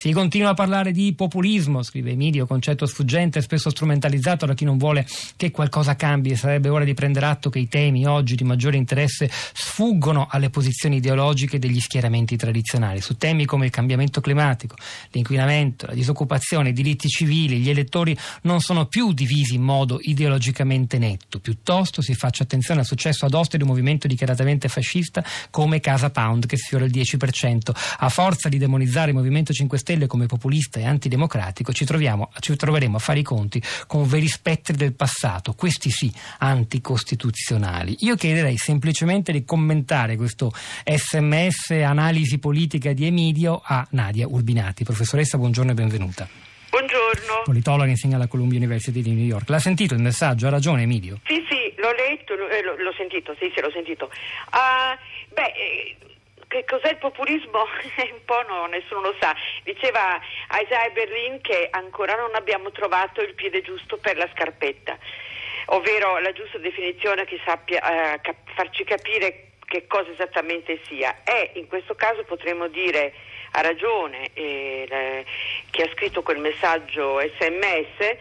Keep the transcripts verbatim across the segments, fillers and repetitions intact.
Si continua a parlare di populismo, scrive Emidio, concetto sfuggente, spesso strumentalizzato da chi non vuole che qualcosa cambi. Sarebbe ora di prendere atto che i temi oggi di maggiore interesse sfuggono alle posizioni ideologiche degli schieramenti tradizionali. Su temi come il cambiamento climatico, l'inquinamento, la disoccupazione, i diritti civili, gli elettori non sono più divisi in modo ideologicamente netto. Piuttosto si faccia attenzione al successo ad hoste di un movimento dichiaratamente fascista come Casa Pound, che sfiora il dieci per cento. A forza di demonizzare il Movimento cinque Stelle come populista e antidemocratico, ci, troviamo, ci troveremo a fare i conti con veri spettri del passato, questi sì anticostituzionali. Io chiederei semplicemente di commentare questo sms analisi politica di Emidio a Nadia Urbinati. Professoressa, buongiorno e benvenuta. Buongiorno. Politologa, insegna alla Columbia University di New York. L'ha sentito il messaggio? Ha ragione Emidio? Sì, sì, l'ho letto, eh, l'ho, l'ho sentito, sì, sì, l'ho sentito. Uh, beh... Eh... Che cos'è il populismo? Un po' no, nessuno lo sa. Diceva Isaiah Berlin che ancora non abbiamo trovato il piede giusto per la scarpetta, ovvero la giusta definizione che sappia uh, cap- farci capire che cosa esattamente sia. E in questo caso potremmo dire, ha ragione eh, le, chi ha scritto quel messaggio sms,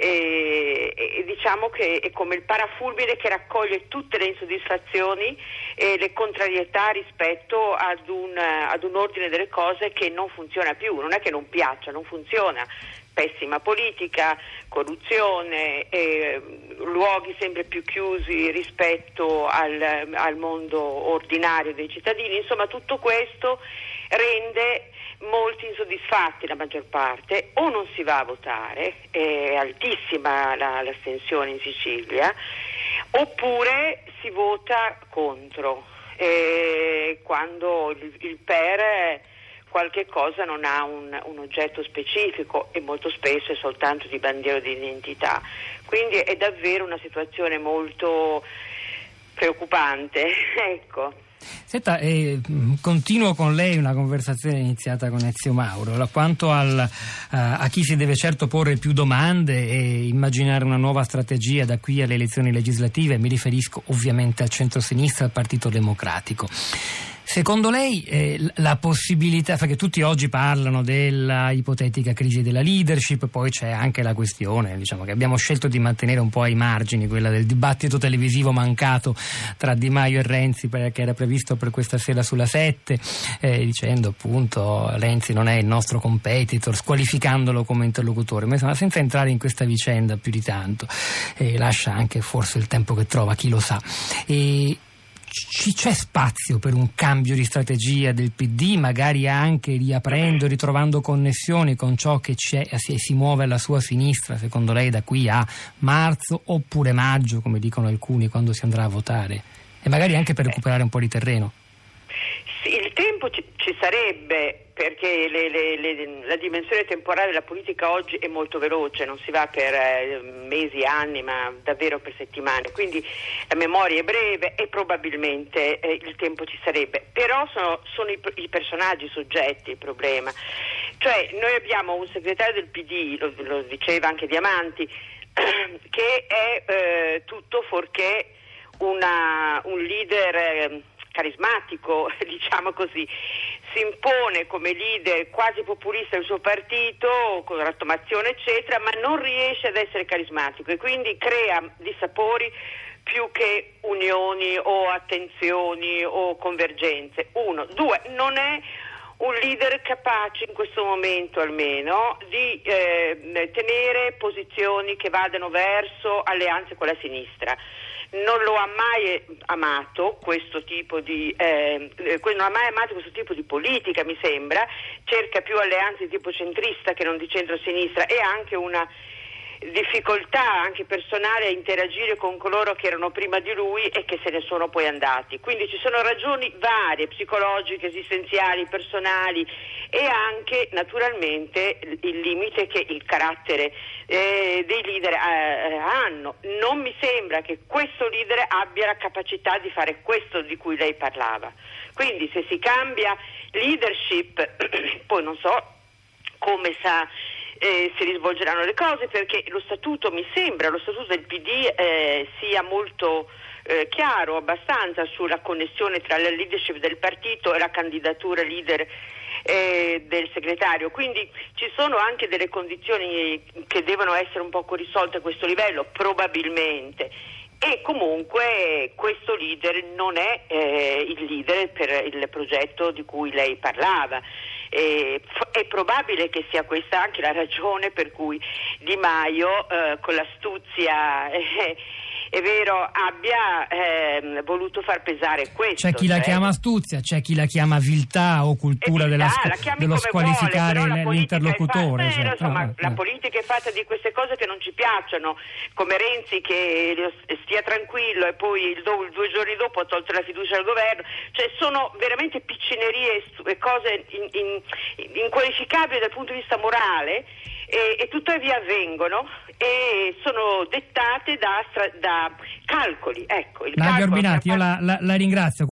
E, e diciamo che è come il parafulmine che raccoglie tutte le insoddisfazioni e le contrarietà rispetto ad un, ad un ordine delle cose che non funziona più. Non è che non piaccia, non funziona. Pessima politica, corruzione, eh, luoghi sempre più chiusi rispetto al, al mondo ordinario dei cittadini. Insomma, tutto questo rende molti insoddisfatti, la maggior parte, o non si va a votare, è altissima la, l'astensione in Sicilia, oppure si vota contro, eh, quando il, il per qualche cosa non ha un, un oggetto specifico e molto spesso è soltanto di bandiera di identità. Quindi è davvero una situazione molto preoccupante, ecco. Senta, eh, continuo con lei una conversazione iniziata con Ezio Mauro, quanto al, uh, a chi si deve certo porre più domande e immaginare una nuova strategia da qui alle elezioni legislative. Mi riferisco ovviamente al centro-sinistra, al Partito Democratico. Secondo lei eh, la possibilità, perché tutti oggi parlano della ipotetica crisi della leadership, poi c'è anche la questione, diciamo, che abbiamo scelto di mantenere un po' ai margini, quella del dibattito televisivo mancato tra Di Maio e Renzi, che era previsto per questa sera sulla sette, eh, dicendo appunto Renzi non è il nostro competitor, squalificandolo come interlocutore, ma insomma, senza entrare in questa vicenda più di tanto, eh, lascia anche forse il tempo che trova, chi lo sa. E Ci c'è spazio per un cambio di strategia del P D, magari anche riaprendo, ritrovando connessioni con ciò che c'è, si, si muove alla sua sinistra, secondo lei, da qui a marzo oppure maggio, come dicono alcuni, quando si andrà a votare, e magari anche per recuperare un po' di terreno? Sì, il tempo ci, ci sarebbe, perché le, le, le, la dimensione temporale della politica oggi è molto veloce, non si va per eh, mesi, anni, ma davvero per settimane, quindi la memoria è breve e probabilmente eh, il tempo ci sarebbe, però sono, sono i, i personaggi, i soggetti il problema. Cioè noi abbiamo un segretario del P D, lo, lo diceva anche Diamanti, che è eh, tutto fuorché una, un leader eh, carismatico, diciamo così, si impone come leader quasi populista del suo partito, con rottamazione eccetera, ma non riesce ad essere carismatico e quindi crea dissapori più che unioni o attenzioni o convergenze. Uno. Due, non è un leader capace in questo momento almeno di eh, tenere posizioni che vadano verso alleanze con la sinistra. Non lo ha mai amato questo tipo di eh, non ha mai amato questo tipo di politica, mi sembra, cerca più alleanze di tipo centrista che non di centro-sinistra e anche una difficoltà anche personale a interagire con coloro che erano prima di lui e che se ne sono poi andati. Quindi ci sono ragioni varie, psicologiche, esistenziali, personali e anche naturalmente il limite che il carattere eh, dei leader eh, hanno. Non mi sembra che questo leader abbia la capacità di fare questo di cui lei parlava. Quindi se si cambia leadership, poi non so come sa Eh, si risvolgeranno le cose, perché lo statuto, mi sembra, lo statuto del P D eh, sia molto eh, chiaro abbastanza sulla connessione tra la leadership del partito e la candidatura leader eh, del segretario, quindi ci sono anche delle condizioni che devono essere un poco risolte a questo livello, probabilmente. E comunque questo leader non è eh, il leader per il progetto di cui lei parlava. Eh, f- è probabile che sia questa anche la ragione per cui Di Maio eh, con l'astuzia eh, è vero abbia eh, voluto far pesare questo. C'è chi la cioè... chiama astuzia, c'è chi la chiama viltà o cultura viltà, della sc- dello squalificare vuole, l'interlocutore. Fatta, cioè, insomma, no, la no. politica è fatta di queste cose che non ci piacciono, come Renzi che stia tranquillo e poi il do, due giorni dopo ha tolto la fiducia al governo, cioè sono veramente piccinerie e cose in, in, inqualificabili dal punto di vista morale. E, e tuttavia avvengono e sono dettate da, da calcoli. Ecco, il Nadia calcolo Urbinati, io la, la, la ringrazio.